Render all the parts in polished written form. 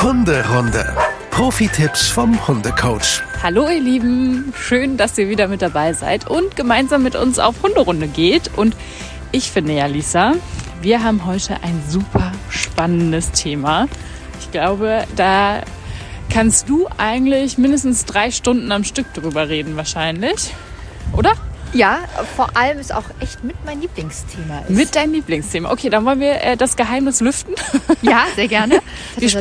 Hunderunde. Profi-Tipps vom Hundecoach. Hallo ihr Lieben, schön, dass ihr wieder mit dabei seid und gemeinsam mit uns auf Hunderunde geht. Und ich finde ja, Lisa, wir haben heute ein super spannendes Thema. Ich glaube, da kannst du eigentlich mindestens 3 Stunden am Stück drüber reden wahrscheinlich, oder? Ja, vor allem ist auch echt mit mein Lieblingsthema ist. Mit deinem Lieblingsthema. Okay, dann wollen wir das Geheimnis lüften. Ja, sehr gerne. Wir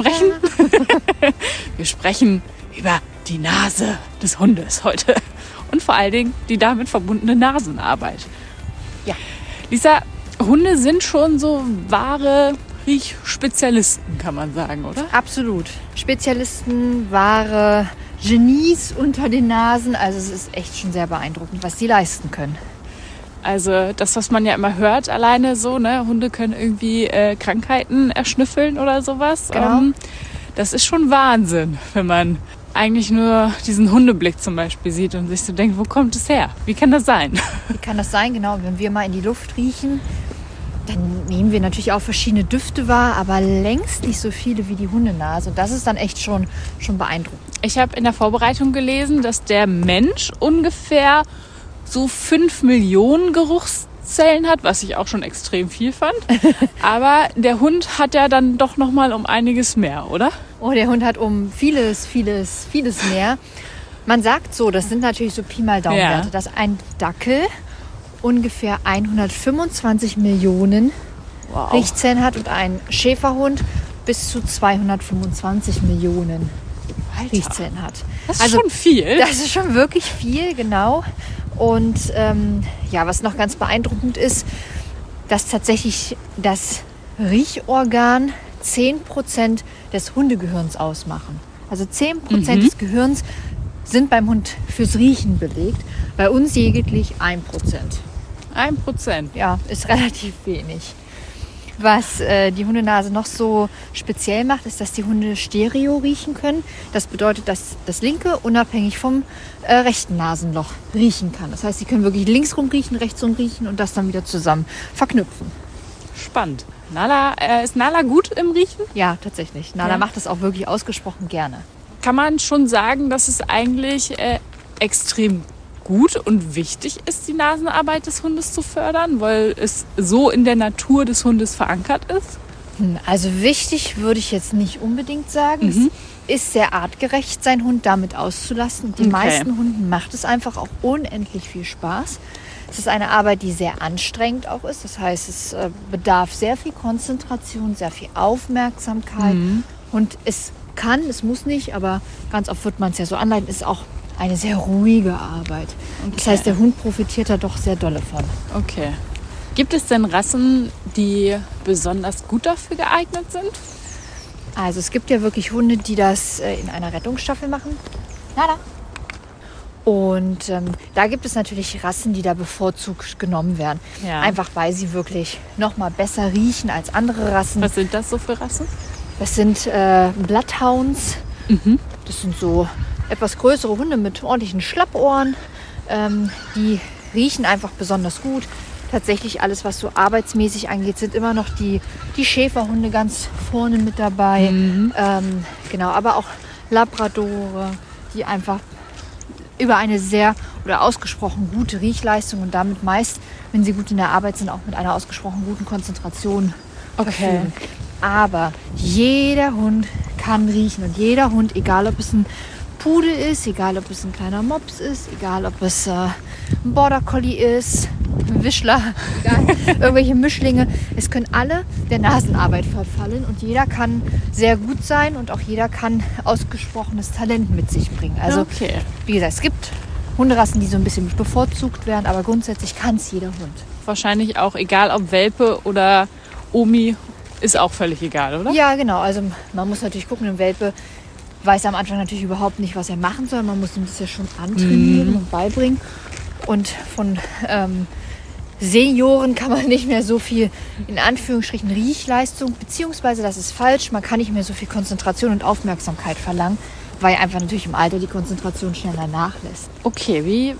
sprechen über die Nase des Hundes heute. Und vor allen Dingen die damit verbundene Nasenarbeit. Ja. Lisa, Hunde sind schon so wahre Riechspezialisten, kann man sagen, oder? Absolut. Spezialisten, wahre Genies unter den Nasen. Also es ist echt schon sehr beeindruckend, was die leisten können. Also das, was man ja immer hört, alleine so, ne? Hunde können irgendwie Krankheiten erschnüffeln oder sowas. Genau. Das ist schon Wahnsinn, wenn man eigentlich nur diesen Hundeblick zum Beispiel sieht und sich so denkt, wo kommt es her? Wie kann das sein? Wie kann das sein? Genau, wenn wir mal in die Luft riechen, dann nehmen wir natürlich auch verschiedene Düfte wahr, aber längst nicht so viele wie die Hundenase. Und das ist dann echt schon beeindruckend. Ich habe in der Vorbereitung gelesen, dass der Mensch ungefähr so 5 Millionen Geruchszellen hat, was ich auch schon extrem viel fand. Aber der Hund hat ja dann doch noch mal um einiges mehr, oder? Oh, der Hund hat um vieles mehr. Man sagt so, das sind natürlich so Pi mal Daumenwerte, dass ein Dackel ungefähr 125 Millionen Riechzellen hat und ein Schäferhund bis zu 225 Millionen Riechzellen hat. Das ist schon viel. Das ist schon wirklich viel, genau. Und was noch ganz beeindruckend ist, dass tatsächlich das Riechorgan 10% des Hundegehirns ausmachen. Also 10% des Gehirns sind beim Hund fürs Riechen belegt. Bei uns lediglich 1%. 1%? Ja, ist relativ wenig. Was die Hundenase noch so speziell macht, ist, dass die Hunde Stereo riechen können. Das bedeutet, dass das linke unabhängig vom rechten Nasenloch riechen kann. Das heißt, sie können wirklich links rum riechen, rechts rum riechen und das dann wieder zusammen verknüpfen. Spannend. Ist Nala gut im Riechen? Ja, tatsächlich. Nala macht das auch wirklich ausgesprochen gerne. Kann man schon sagen, dass es eigentlich extrem gut und wichtig ist, die Nasenarbeit des Hundes zu fördern, weil es so in der Natur des Hundes verankert ist? Also wichtig würde ich jetzt nicht unbedingt sagen. Es ist sehr artgerecht, seinen Hund damit auszulassen. Den meisten Hunden macht es einfach auch unendlich viel Spaß. Es ist eine Arbeit, die sehr anstrengend auch ist. Das heißt, es bedarf sehr viel Konzentration, sehr viel Aufmerksamkeit. Und es muss nicht, aber ganz oft wird man es ja so anleiten, ist auch eine sehr ruhige Arbeit. Okay. Das heißt, der Hund profitiert da doch sehr dolle von. Okay. Gibt es denn Rassen, die besonders gut dafür geeignet sind? Also es gibt ja wirklich Hunde, die das in einer Rettungsstaffel machen. Nada. Und da gibt es natürlich Rassen, die da bevorzugt genommen werden. Ja. Einfach weil sie wirklich noch mal besser riechen als andere Rassen. Was sind das so für Rassen? Das sind Bloodhounds. Das sind so etwas größere Hunde mit ordentlichen Schlappohren. Die riechen einfach besonders gut. Tatsächlich alles, was so arbeitsmäßig angeht, sind immer noch die Schäferhunde ganz vorne mit dabei. Genau, aber auch Labradore, die einfach über eine sehr oder ausgesprochen gute Riechleistung und damit meist, wenn sie gut in der Arbeit sind, auch mit einer ausgesprochen guten Konzentration verfügen. Aber jeder Hund kann riechen und jeder Hund, egal ob es ein Pudel ist, egal ob es ein kleiner Mops ist, egal ob es ein Border Collie ist, ein Wischler, egal, irgendwelche Mischlinge. Es können alle der Nasenarbeit verfallen und jeder kann sehr gut sein und auch jeder kann ausgesprochenes Talent mit sich bringen. Also wie gesagt, es gibt Hunderassen, die so ein bisschen bevorzugt werden, aber grundsätzlich kann es jeder Hund. Wahrscheinlich auch, egal ob Welpe oder Omi, ist auch völlig egal, oder? Ja, genau. Also man muss natürlich gucken, ein Welpe weiß am Anfang natürlich überhaupt nicht, was er machen soll. Man muss ihm das ja schon antrainieren und beibringen. Und von Senioren kann man nicht mehr so viel, in Anführungsstrichen, Riechleistung, beziehungsweise, das ist falsch, man kann nicht mehr so viel Konzentration und Aufmerksamkeit verlangen, weil einfach natürlich im Alter die Konzentration schneller nachlässt. Okay, wie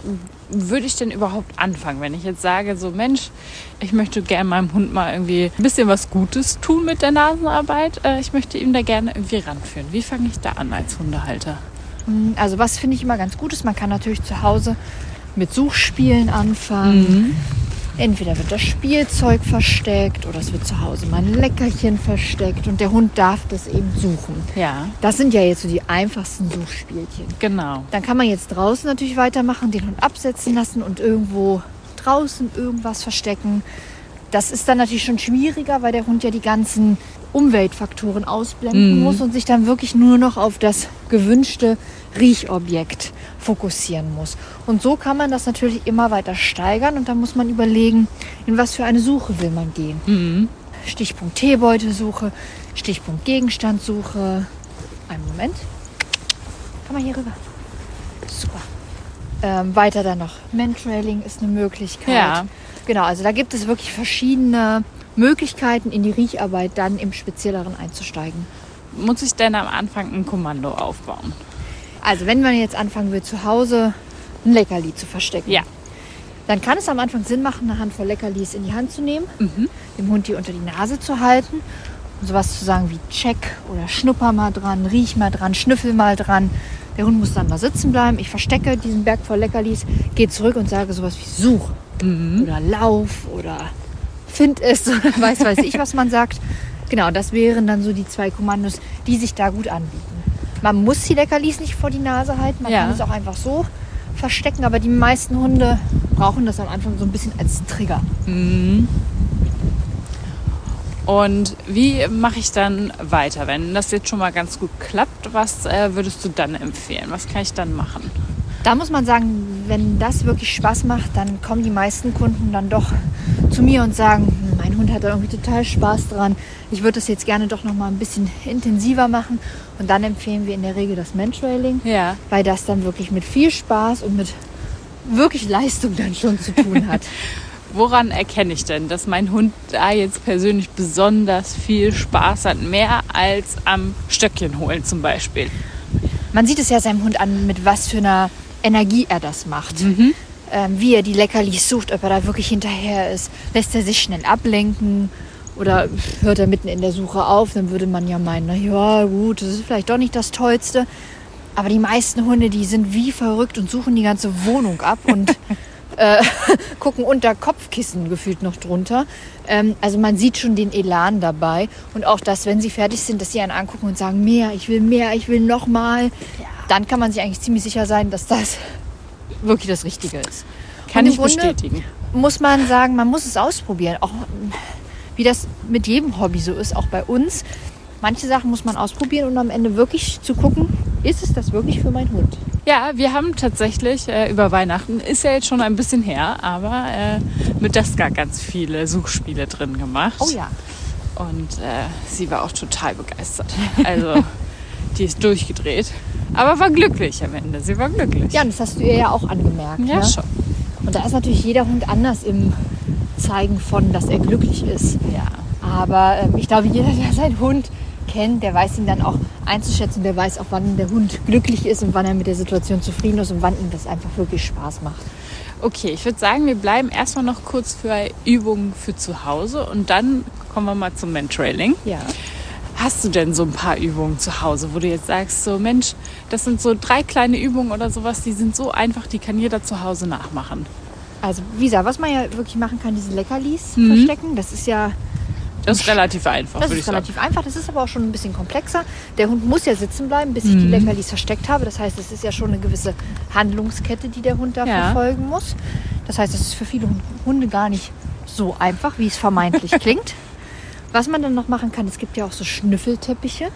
würde ich denn überhaupt anfangen, wenn ich jetzt sage, so Mensch, ich möchte gerne meinem Hund mal irgendwie ein bisschen was Gutes tun mit der Nasenarbeit. Ich möchte ihm da gerne irgendwie ranführen. Wie fange ich da an als Hundehalter? Also was finde ich immer ganz gut ist, man kann natürlich zu Hause mit Suchspielen anfangen. Entweder wird das Spielzeug versteckt oder es wird zu Hause mal ein Leckerchen versteckt und der Hund darf das eben suchen. Ja. Das sind ja jetzt so die einfachsten Suchspielchen. Genau. Dann kann man jetzt draußen natürlich weitermachen, den Hund absetzen lassen und irgendwo draußen irgendwas verstecken. Das ist dann natürlich schon schwieriger, weil der Hund ja die ganzen Umweltfaktoren ausblenden muss und sich dann wirklich nur noch auf das gewünschte Riechobjekt fokussieren muss. Und so kann man das natürlich immer weiter steigern und dann muss man überlegen, in was für eine Suche will man gehen. Stichpunkt Teebeutelsuche, Stichpunkt Gegenstandssuche. Einen Moment. Komm mal hier rüber. Super. Weiter dann noch Mantrailing ist eine Möglichkeit. Ja. Genau, also da gibt es wirklich verschiedene Möglichkeiten, in die Riecharbeit dann im Spezielleren einzusteigen. Muss ich denn am Anfang ein Kommando aufbauen? Also wenn man jetzt anfangen will, zu Hause ein Leckerli zu verstecken, Ja. dann kann es am Anfang Sinn machen, eine Handvoll Leckerlis in die Hand zu nehmen, dem Hund die unter die Nase zu halten und sowas zu sagen wie check oder schnupper mal dran, riech mal dran, schnüffel mal dran. Der Hund muss dann da sitzen bleiben. Ich verstecke diesen Berg voll Leckerlis, gehe zurück und sage sowas wie such oder lauf oder find es oder weiß ich, was man sagt. Genau, das wären dann so die 2 Kommandos, die sich da gut anbieten. Man muss die Leckerlis nicht vor die Nase halten, man kann es auch einfach so verstecken, aber die meisten Hunde brauchen das am Anfang so ein bisschen als Trigger. Und wie mache ich dann weiter? Wenn das jetzt schon mal ganz gut klappt, was würdest du dann empfehlen? Was kann ich dann machen? Da muss man sagen, wenn das wirklich Spaß macht, dann kommen die meisten Kunden dann doch zu mir und sagen, mein Hund hat da irgendwie total Spaß dran. Ich würde das jetzt gerne doch noch mal ein bisschen intensiver machen. Und dann empfehlen wir in der Regel das Mantrailing, weil das dann wirklich mit viel Spaß und mit wirklich Leistung dann schon zu tun hat. Woran erkenne ich denn, dass mein Hund da jetzt persönlich besonders viel Spaß hat? Mehr als am Stöckchen holen zum Beispiel. Man sieht es ja seinem Hund an, mit was für einer Energie er das macht. Wie er die Leckerlis sucht, ob er da wirklich hinterher ist. Lässt er sich schnell ablenken oder hört er mitten in der Suche auf? Dann würde man ja meinen, na ja gut, das ist vielleicht doch nicht das Tollste. Aber die meisten Hunde, die sind wie verrückt und suchen die ganze Wohnung ab und gucken unter Kopfkissen gefühlt noch drunter. Also man sieht schon den Elan dabei. Und auch das, wenn sie fertig sind, dass sie einen angucken und sagen, mehr, ich will noch mal. Ja. Dann kann man sich eigentlich ziemlich sicher sein, dass das wirklich das Richtige ist. Kann ich bestätigen. Muss man sagen, man muss es ausprobieren. Auch wie das mit jedem Hobby so ist, auch bei uns. Manche Sachen muss man ausprobieren und am Ende wirklich zu gucken, ist es das wirklich für meinen Hund? Ja, wir haben tatsächlich über Weihnachten, ist ja jetzt schon ein bisschen her, aber mit Daska ganz viele Suchspiele drin gemacht. Oh ja. Und sie war auch total begeistert. Also die ist durchgedreht, aber war glücklich am Ende. Sie war glücklich. Ja, und das hast du ihr ja auch angemerkt. Ja, ne? schon. Und da ist natürlich jeder Hund anders im Zeigen von, dass er glücklich ist. Ja. Aber ich glaube, jeder, der seinen Hund kennt, der weiß ihn dann auch einzuschätzen. Der weiß auch, wann der Hund glücklich ist und wann er mit der Situation zufrieden ist und wann ihm das einfach wirklich Spaß macht. Okay, ich würde sagen, wir bleiben erstmal noch kurz für Übungen für zu Hause und dann kommen wir mal zum Mantrailing. Ja. Hast du denn so ein paar Übungen zu Hause, wo du jetzt sagst, so Mensch, das sind so 3 kleine Übungen oder sowas, die sind so einfach, die kann jeder zu Hause nachmachen? Also wie gesagt, was man ja wirklich machen kann, diese Leckerlis verstecken, das ist ja... Das ist relativ einfach, Das würde ist ich sagen. relativ einfach, das ist aber auch schon ein bisschen komplexer. Der Hund muss ja sitzen bleiben, bis ich die Leckerlis versteckt habe. Das heißt, es ist ja schon eine gewisse Handlungskette, die der Hund da verfolgen muss. Das heißt, es ist für viele Hunde gar nicht so einfach, wie es vermeintlich klingt. Was man dann noch machen kann, es gibt ja auch so Schnüffelteppiche.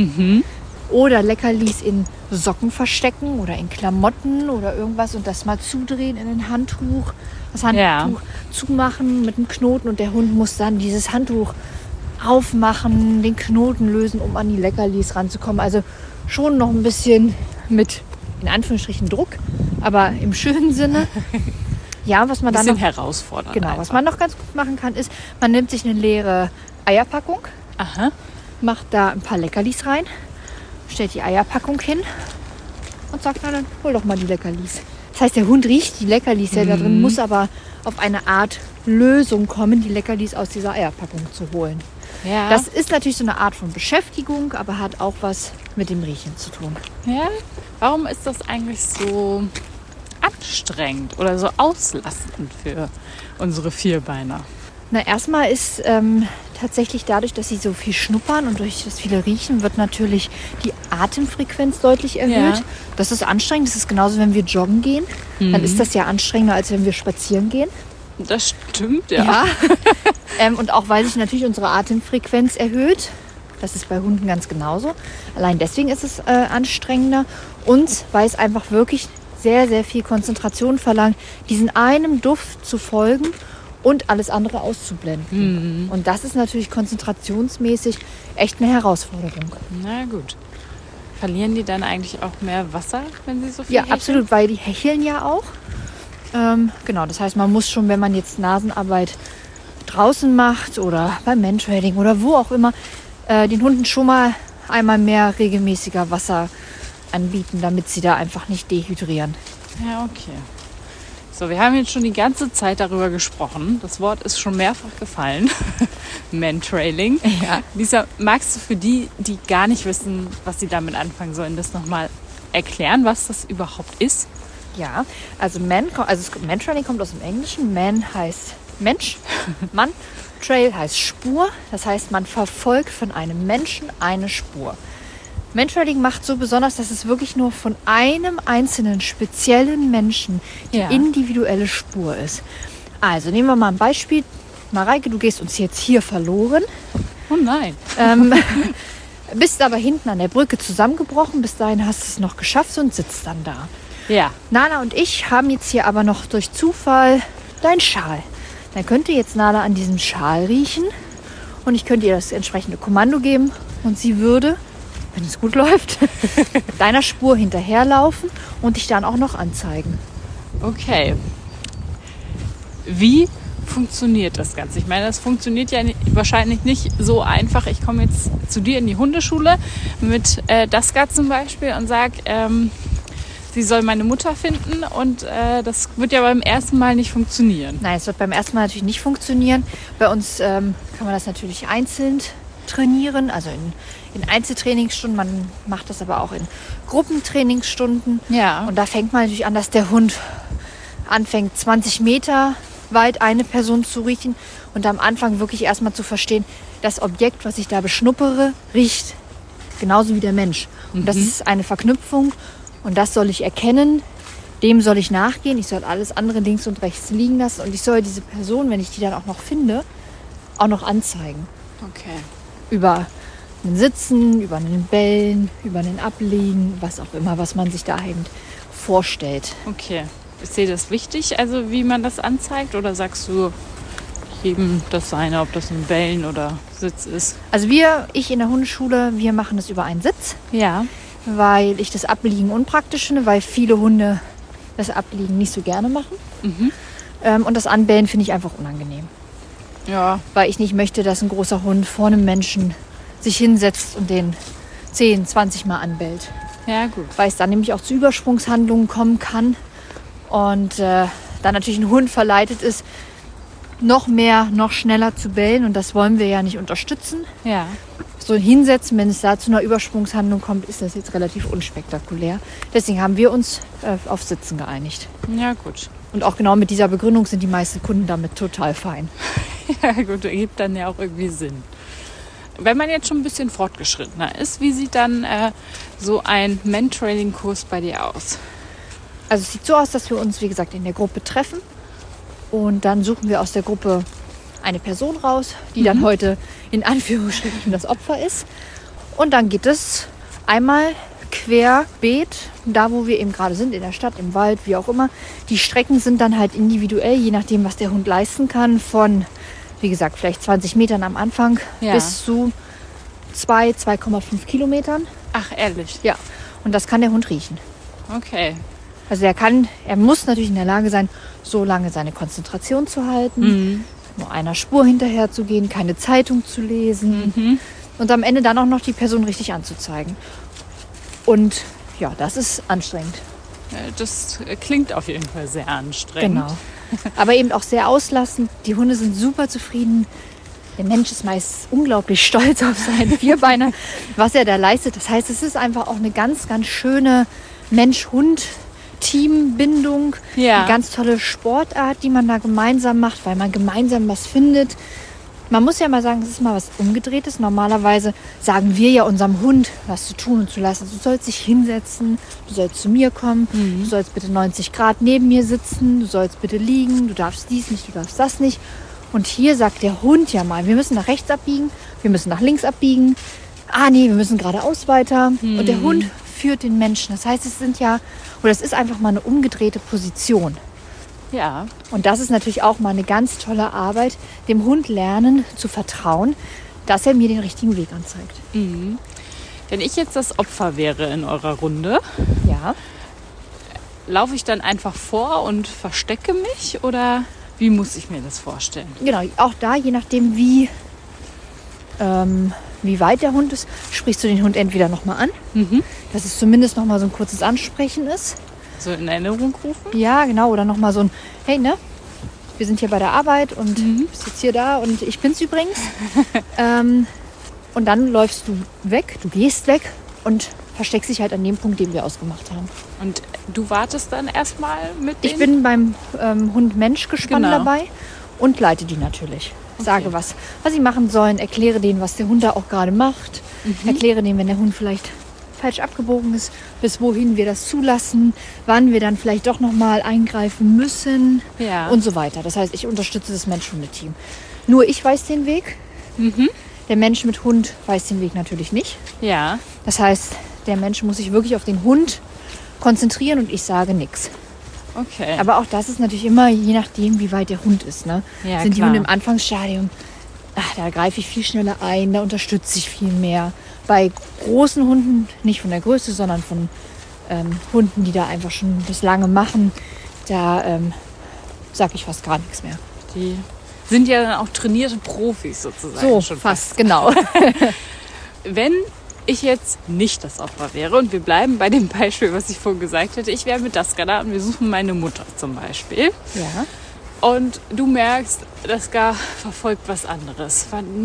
Oder Leckerlis in Socken verstecken oder in Klamotten oder irgendwas und das mal zudrehen in ein Handtuch. Das Handtuch zumachen mit einem Knoten und der Hund muss dann dieses Handtuch aufmachen, den Knoten lösen, um an die Leckerlis ranzukommen. Also schon noch ein bisschen mit, in Anführungsstrichen, Druck, aber im schönen Sinne. Ja, was man dann noch herausfordernd. Genau, was man noch ganz gut machen kann, ist, man nimmt sich eine leere Eierpackung, macht da ein paar Leckerlis rein, stellt die Eierpackung hin und sagt, na dann hol doch mal die Leckerlis. Das heißt, der Hund riecht die Leckerlis ja da drin, muss aber auf eine Art Lösung kommen, die Leckerlis aus dieser Eierpackung zu holen. Ja. Das ist natürlich so eine Art von Beschäftigung, aber hat auch was mit dem Riechen zu tun. Ja? Warum ist das eigentlich so anstrengend oder so auslastend für unsere Vierbeiner? Na, erstmal ist tatsächlich dadurch, dass sie so viel schnuppern und durch das viele Riechen, wird natürlich die Atemfrequenz deutlich erhöht. Ja. Das ist anstrengend. Das ist genauso, wenn wir joggen gehen. Dann ist das ja anstrengender, als wenn wir spazieren gehen. Das stimmt, ja. Und auch, weil sich natürlich unsere Atemfrequenz erhöht. Das ist bei Hunden ganz genauso. Allein deswegen ist es anstrengender. Und weil es einfach wirklich sehr, sehr viel Konzentration verlangt, diesen einem Duft zu folgen und alles andere auszublenden. Und das ist natürlich konzentrationsmäßig echt eine Herausforderung. Na gut. Verlieren die dann eigentlich auch mehr Wasser, wenn sie so viel Ja, hecheln? absolut, weil die hecheln ja auch. Genau, das heißt, man muss schon, wenn man jetzt Nasenarbeit draußen macht oder beim Mantrailing oder wo auch immer, den Hunden schon mal einmal mehr regelmäßiger Wasser anbieten, damit sie da einfach nicht dehydrieren. Ja, okay. So, wir haben jetzt schon die ganze Zeit darüber gesprochen. Das Wort ist schon mehrfach gefallen. Mantrailing. Ja. Lisa, magst du für die, die gar nicht wissen, was sie damit anfangen sollen, das nochmal erklären, was das überhaupt ist? Ja, also Mantrailing kommt aus dem Englischen. Man heißt Mensch, Mann. Trail heißt Spur. Das heißt, man verfolgt von einem Menschen eine Spur. Mantrailing macht so besonders, dass es wirklich nur von einem einzelnen speziellen Menschen die individuelle Spur ist. Also nehmen wir mal ein Beispiel. Mareike, du gehst uns jetzt hier verloren. Oh nein. Bist aber hinten an der Brücke zusammengebrochen. Bis dahin hast du es noch geschafft und sitzt dann da. Ja. Nala und ich haben jetzt hier aber noch durch Zufall deinen Schal. Dann könnte jetzt Nala an diesem Schal riechen und ich könnte ihr das entsprechende Kommando geben und sie würde, wenn es gut läuft, deiner Spur hinterherlaufen und dich dann auch noch anzeigen. Okay. Wie funktioniert das Ganze? Ich meine, das funktioniert ja wahrscheinlich nicht so einfach. Ich komme jetzt zu dir in die Hundeschule mit Daska zum Beispiel und sage, sie soll meine Mutter finden und das wird ja beim ersten Mal nicht funktionieren. Nein, es wird beim ersten Mal natürlich nicht funktionieren. Bei uns kann man das natürlich einzeln trainieren, also in Einzeltrainingsstunden. Man macht das aber auch in Gruppentrainingsstunden. Ja. Und da fängt man natürlich an, dass der Hund anfängt, 20 Meter weit eine Person zu riechen und am Anfang wirklich erstmal zu verstehen, das Objekt, was ich da beschnuppere, riecht genauso wie der Mensch. Und das ist eine Verknüpfung und das soll ich erkennen, dem soll ich nachgehen, ich soll alles andere links und rechts liegen lassen und ich soll diese Person, wenn ich die dann auch noch finde, auch noch anzeigen. Okay. Über ein Sitzen, über einen Bellen, über einen Ablegen, was auch immer, was man sich da eben vorstellt. Okay. Ist dir das wichtig, also wie man das anzeigt? Oder sagst du, jedem das seine, ob das ein Bellen oder Sitz ist? Also ich in der Hundeschule, wir machen das über einen Sitz, Ja. weil ich das Abliegen unpraktisch finde, weil viele Hunde das Abliegen nicht so gerne machen. Und das Anbellen finde ich einfach unangenehm. Ja. Weil ich nicht möchte, dass ein großer Hund vor einem Menschen sich hinsetzt und den 10, 20 Mal anbellt. Ja, gut. Weil es dann nämlich auch zu Übersprungshandlungen kommen kann. Und dann natürlich ein Hund verleitet ist, noch mehr, noch schneller zu bellen. Und das wollen wir ja nicht unterstützen. Ja. So hinsetzen, wenn es da zu einer Übersprungshandlung kommt, ist das jetzt relativ unspektakulär. Deswegen haben wir uns auf Sitzen geeinigt. Ja, gut. Und auch genau mit dieser Begründung sind die meisten Kunden damit total fein. Ja, gut, ergibt dann ja auch irgendwie Sinn. Wenn man jetzt schon ein bisschen fortgeschrittener ist, wie sieht dann so ein Mantrailing-Kurs bei dir aus? Also es sieht so aus, dass wir uns, wie gesagt, in der Gruppe treffen. Und dann suchen wir aus der Gruppe eine Person raus, die dann heute in Anführungsstrichen das Opfer ist. Und dann geht es einmal querbeet, da wo wir eben gerade sind, in der Stadt, im Wald, wie auch immer. Die Strecken sind dann halt individuell, je nachdem, was der Hund leisten kann. Von, wie gesagt, vielleicht 20 Metern am Anfang bis zu 2,5 Kilometern. Ach, ehrlich? Ja, und das kann der Hund riechen. Okay. Also er muss natürlich in der Lage sein, so lange seine Konzentration zu halten, nur einer Spur hinterher zu gehen, keine Zeitung zu lesen und am Ende dann auch noch die Person richtig anzuzeigen. Und ja, das ist anstrengend. Das klingt auf jeden Fall sehr anstrengend. Genau. Aber eben auch sehr auslassend. Die Hunde sind super zufrieden. Der Mensch ist meist unglaublich stolz auf seinen Vierbeiner, was er da leistet. Das heißt, es ist einfach auch eine ganz, ganz schöne Mensch-Hund-Teambindung. Ja. Eine ganz tolle Sportart, die man da gemeinsam macht, weil man gemeinsam was findet. Man muss ja mal sagen, es ist mal was Umgedrehtes. Normalerweise sagen wir ja unserem Hund, was zu tun und zu lassen. Du sollst dich hinsetzen, du sollst zu mir kommen, du sollst bitte 90 Grad neben mir sitzen, du sollst bitte liegen, du darfst dies nicht, du darfst das nicht. Und hier sagt der Hund ja mal, wir müssen nach rechts abbiegen, wir müssen nach links abbiegen. Ah nee, wir müssen geradeaus weiter. Und der Hund führt den Menschen. Das heißt, es ist einfach mal eine umgedrehte Position. Ja. Und das ist natürlich auch mal eine ganz tolle Arbeit, dem Hund lernen zu vertrauen, dass er mir den richtigen Weg anzeigt. Wenn ich jetzt das Opfer wäre in eurer Runde, Ja. laufe ich dann einfach vor und verstecke mich oder wie muss ich mir das vorstellen? Genau, auch da, je nachdem, wie weit der Hund ist, sprichst du den Hund entweder nochmal an, dass es zumindest nochmal so ein kurzes Ansprechen ist. So in Erinnerung rufen? Ja, genau, oder nochmal so ein, hey, ne, wir sind hier bei der Arbeit und bist jetzt hier da und ich bin's übrigens. Und dann läufst du weg, du gehst weg und versteckst dich halt an dem Punkt, den wir ausgemacht haben. Und du wartest dann erstmal mit denen? Ich bin beim Hund-Mensch-Gespann Genau. dabei und leite die natürlich. Sage, was sie machen sollen, erkläre denen, was der Hund da auch gerade macht. Erkläre denen, wenn der Hund vielleicht falsch abgebogen ist, bis wohin wir das zulassen, wann wir dann vielleicht doch nochmal eingreifen müssen und so weiter. Das heißt, ich unterstütze das Mensch-Hunde-Team. Nur ich weiß den Weg. Der Mensch mit Hund weiß den Weg natürlich nicht. Ja. Das heißt, der Mensch muss sich wirklich auf den Hund konzentrieren und ich sage nichts. Okay. Aber auch das ist natürlich immer je nachdem, wie weit der Hund ist. Ne? Ja, Sind die klar. Hunde im Anfangsstadium, da greife ich viel schneller ein, da unterstütze ich viel mehr. Bei großen Hunden, nicht von der Größe, sondern von Hunden, die da einfach schon das lange machen, da sage ich fast gar nichts mehr. Die sind ja dann auch trainierte Profis sozusagen. So, schon fast, genau. Wenn ich jetzt nicht das Opfer wäre und wir bleiben bei dem Beispiel, was ich vorhin gesagt hätte, ich wäre mit Daska da und wir suchen meine Mutter zum Beispiel. Ja. Und du merkst, Daska verfolgt was anderes.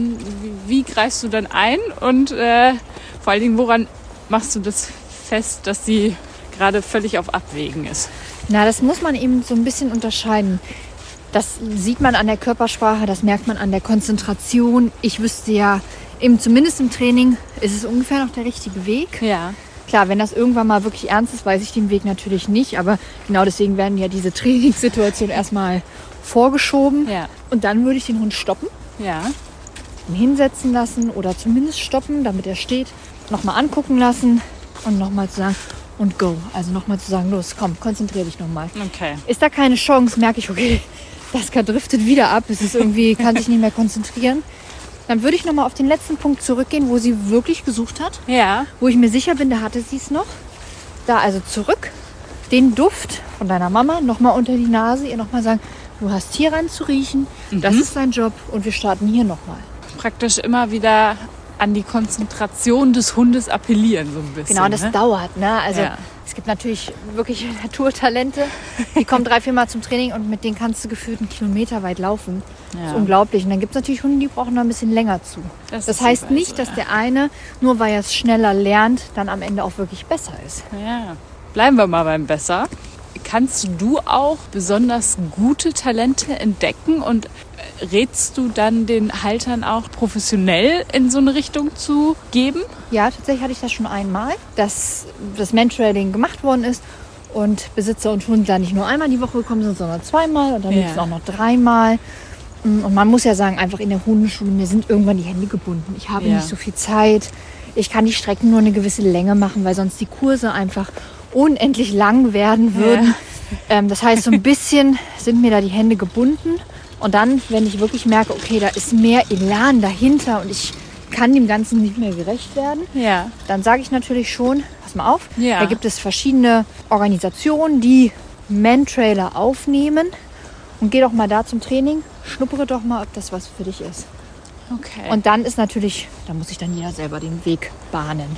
Wie greifst du dann ein und vor allen Dingen, woran machst du das fest, dass sie gerade völlig auf Abwägen ist? Na, das muss man eben so ein bisschen unterscheiden. Das sieht man an der Körpersprache, das merkt man an der Konzentration. Ich wüsste ja, eben zumindest im Training ist es ungefähr noch der richtige Weg. Ja. Klar, wenn das irgendwann mal wirklich ernst ist, weiß ich den Weg natürlich nicht. Aber genau deswegen werden ja diese Trainingssituationen erstmal vorgeschoben. Ja. Und dann würde ich den Hund stoppen, Ja. ihn hinsetzen lassen oder zumindest stoppen, damit er steht, nochmal angucken lassen und nochmal zu sagen, und go. Also nochmal zu sagen, los, komm, konzentrier dich nochmal. Okay. Ist da keine Chance, merke ich, okay, Daska driftet wieder ab, es ist irgendwie, kann sich nicht mehr konzentrieren. Dann würde ich nochmal auf den letzten Punkt zurückgehen, wo sie wirklich gesucht hat. Ja. Wo ich mir sicher bin, da hatte sie es noch. Da also zurück, den Duft von deiner Mama nochmal unter die Nase, ihr nochmal sagen, du hast hier ran zu riechen, das ist dein Job und wir starten hier nochmal. Praktisch immer wieder an die Konzentration des Hundes appellieren, so ein bisschen. Genau, das ne? dauert. Ne? Also Ja. es gibt natürlich wirklich Naturtalente, die kommen 3-4 Mal zum Training und mit denen kannst du gefühlt 1 Kilometer weit laufen. Das Ja. ist unglaublich. Und dann gibt es natürlich Hunde, die brauchen da ein bisschen länger zu. Das Das ist heißt überall nicht, so, dass ja. der eine, nur weil er es schneller lernt, dann am Ende auch wirklich besser ist. Ja. Bleiben wir mal beim Besser. Kannst du auch besonders gute Talente entdecken und rätst du dann den Haltern auch professionell in so eine Richtung zu geben? Ja, tatsächlich hatte ich das schon einmal, dass das Mentrailing gemacht worden ist und Besitzer und Hund da nicht nur einmal die Woche gekommen sind, sondern 2-mal und dann Ja. liebsten auch noch 3-mal. Und man muss ja sagen, einfach in der Hundeschule, mir sind irgendwann die Hände gebunden. Ich habe Ja. nicht so viel Zeit. Ich kann die Strecken nur eine gewisse Länge machen, weil sonst die Kurse einfach unendlich lang werden würden. Das heißt, so ein bisschen sind mir da die Hände gebunden. Und dann, wenn ich wirklich merke, okay, da ist mehr Elan dahinter und ich kann dem Ganzen nicht mehr gerecht werden, Ja. dann sage ich natürlich schon, pass mal auf, Ja. da gibt es verschiedene Organisationen, die Mentrailer aufnehmen und geh doch mal da zum Training, schnuppere doch mal, ob das was für dich ist. Okay. Und dann ist natürlich, da muss sich dann jeder selber den Weg bahnen.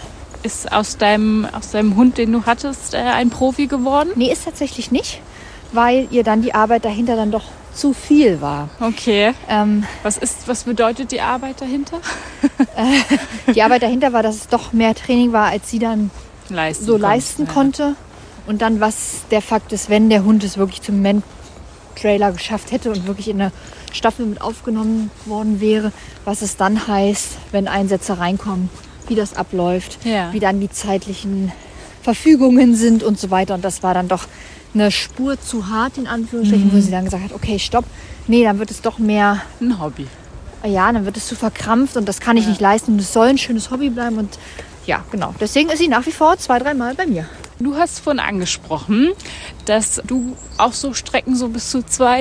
Ist aus deinem Hund, den du hattest, ein Profi geworden? Nee, ist tatsächlich nicht, weil ihr dann die Arbeit dahinter dann doch zu viel war. Okay. Was bedeutet die Arbeit dahinter? Die Arbeit dahinter war, dass es doch mehr Training war, als sie dann leisten konnte. Und dann, was der Fakt ist, wenn der Hund es wirklich zum Trailer geschafft hätte und wirklich in eine Staffel mit aufgenommen worden wäre, was es dann heißt, wenn Einsätze reinkommen, wie das abläuft, wie dann die zeitlichen Verfügungen sind und so weiter. Und das war dann doch eine Spur zu hart, in Anführungsstrichen, wo sie dann gesagt hat, okay, stopp, nee, dann wird es doch mehr ein Hobby. Ja, dann wird es zu verkrampft und das kann ich nicht leisten und es soll ein schönes Hobby bleiben. Und ja, genau, deswegen ist sie nach wie vor 2-3 Mal bei mir. Du hast vorhin angesprochen, dass du auch so Strecken so bis zu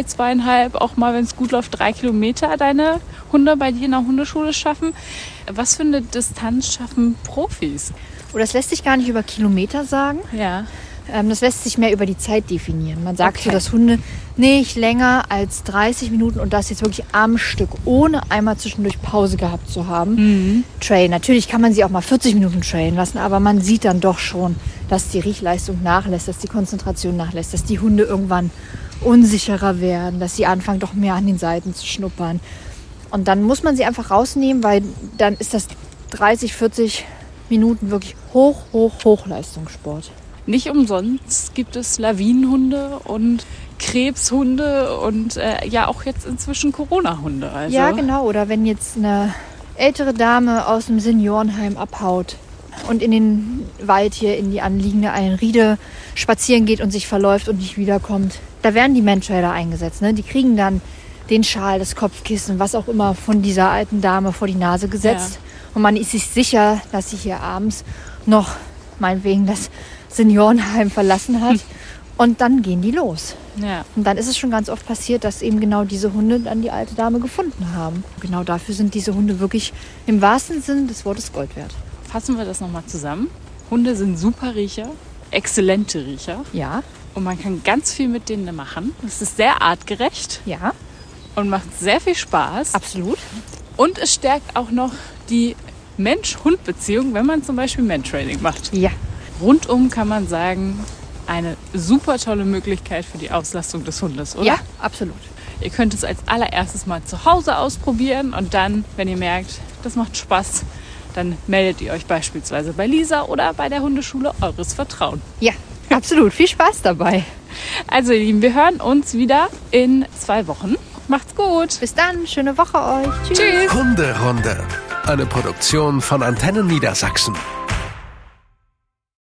2,5, auch mal, wenn es gut läuft, 3 Kilometer deine Hunde bei dir in der Hundeschule schaffen. Was für eine Distanz schaffen Profis? Oh, das lässt sich gar nicht über Kilometer sagen. Ja. Das lässt sich mehr über die Zeit definieren. Man sagt so, dass Hunde nicht länger als 30 Minuten und das jetzt wirklich am Stück, ohne einmal zwischendurch Pause gehabt zu haben, trainen. Natürlich kann man sie auch mal 40 Minuten trainen lassen, aber man sieht dann doch schon, dass die Riechleistung nachlässt, dass die Konzentration nachlässt, dass die Hunde irgendwann unsicherer werden, dass sie anfangen, doch mehr an den Seiten zu schnuppern. Und dann muss man sie einfach rausnehmen, weil dann ist das 30, 40 Minuten wirklich Hochleistungssport. Nicht umsonst gibt es Lawinenhunde und Krebshunde und ja auch jetzt inzwischen Corona-Hunde. Also. Ja, genau. Oder wenn jetzt eine ältere Dame aus dem Seniorenheim abhaut und in den Wald hier in die anliegende Einriede spazieren geht und sich verläuft und nicht wiederkommt, da werden die Mantrailer eingesetzt. Ne? Die kriegen dann den Schal, das Kopfkissen, was auch immer von dieser alten Dame vor die Nase gesetzt. Ja. Und man ist sich sicher, dass sie hier abends noch meinetwegen das Seniorenheim verlassen hat und dann gehen die los. Ja. Und dann ist es schon ganz oft passiert, dass eben genau diese Hunde dann die alte Dame gefunden haben. Genau dafür sind diese Hunde wirklich im wahrsten Sinn des Wortes Gold wert. Fassen wir das nochmal zusammen. Hunde sind super Riecher, exzellente Riecher. Ja. Und man kann ganz viel mit denen machen. Es ist sehr artgerecht. Ja. Und macht sehr viel Spaß. Absolut. Und es stärkt auch noch die Mensch-Hund-Beziehung, wenn man zum Beispiel Mantrailing macht. Ja. Rundum kann man sagen, eine super tolle Möglichkeit für die Auslastung des Hundes, oder? Ja, absolut. Ihr könnt es als allererstes mal zu Hause ausprobieren und dann, wenn ihr merkt, das macht Spaß, dann meldet ihr euch beispielsweise bei Lisa oder bei der Hundeschule eures Vertrauens. Ja, absolut. Viel Spaß dabei. Also ihr Lieben, wir hören uns wieder in 2 Wochen. Macht's gut. Bis dann. Schöne Woche euch. Tschüss. Hunderunde. Eine Produktion von Antennen Niedersachsen.